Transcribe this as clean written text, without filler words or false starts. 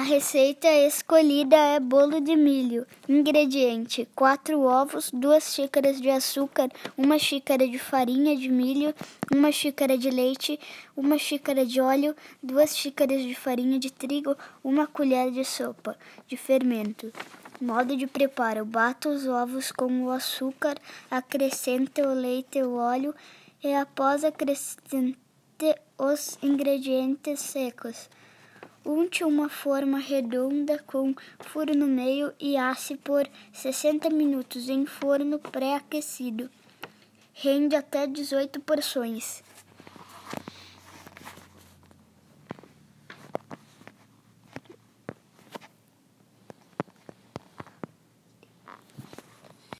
receita escolhida é bolo de milho. Ingrediente: 4 ovos, 2 xícaras de açúcar, 1 xícara de farinha de milho, 1 xícara de leite, 1 xícara de óleo, 2 xícaras de farinha de trigo, 1 colher de sopa de fermento. Modo de preparo: bata os ovos com o açúcar, acrescente o leite e o óleo e após acrescente os ingredientes secos. Unte uma forma redonda com furo no meio e asse por 60 minutos em forno pré-aquecido. Rende até 18 porções.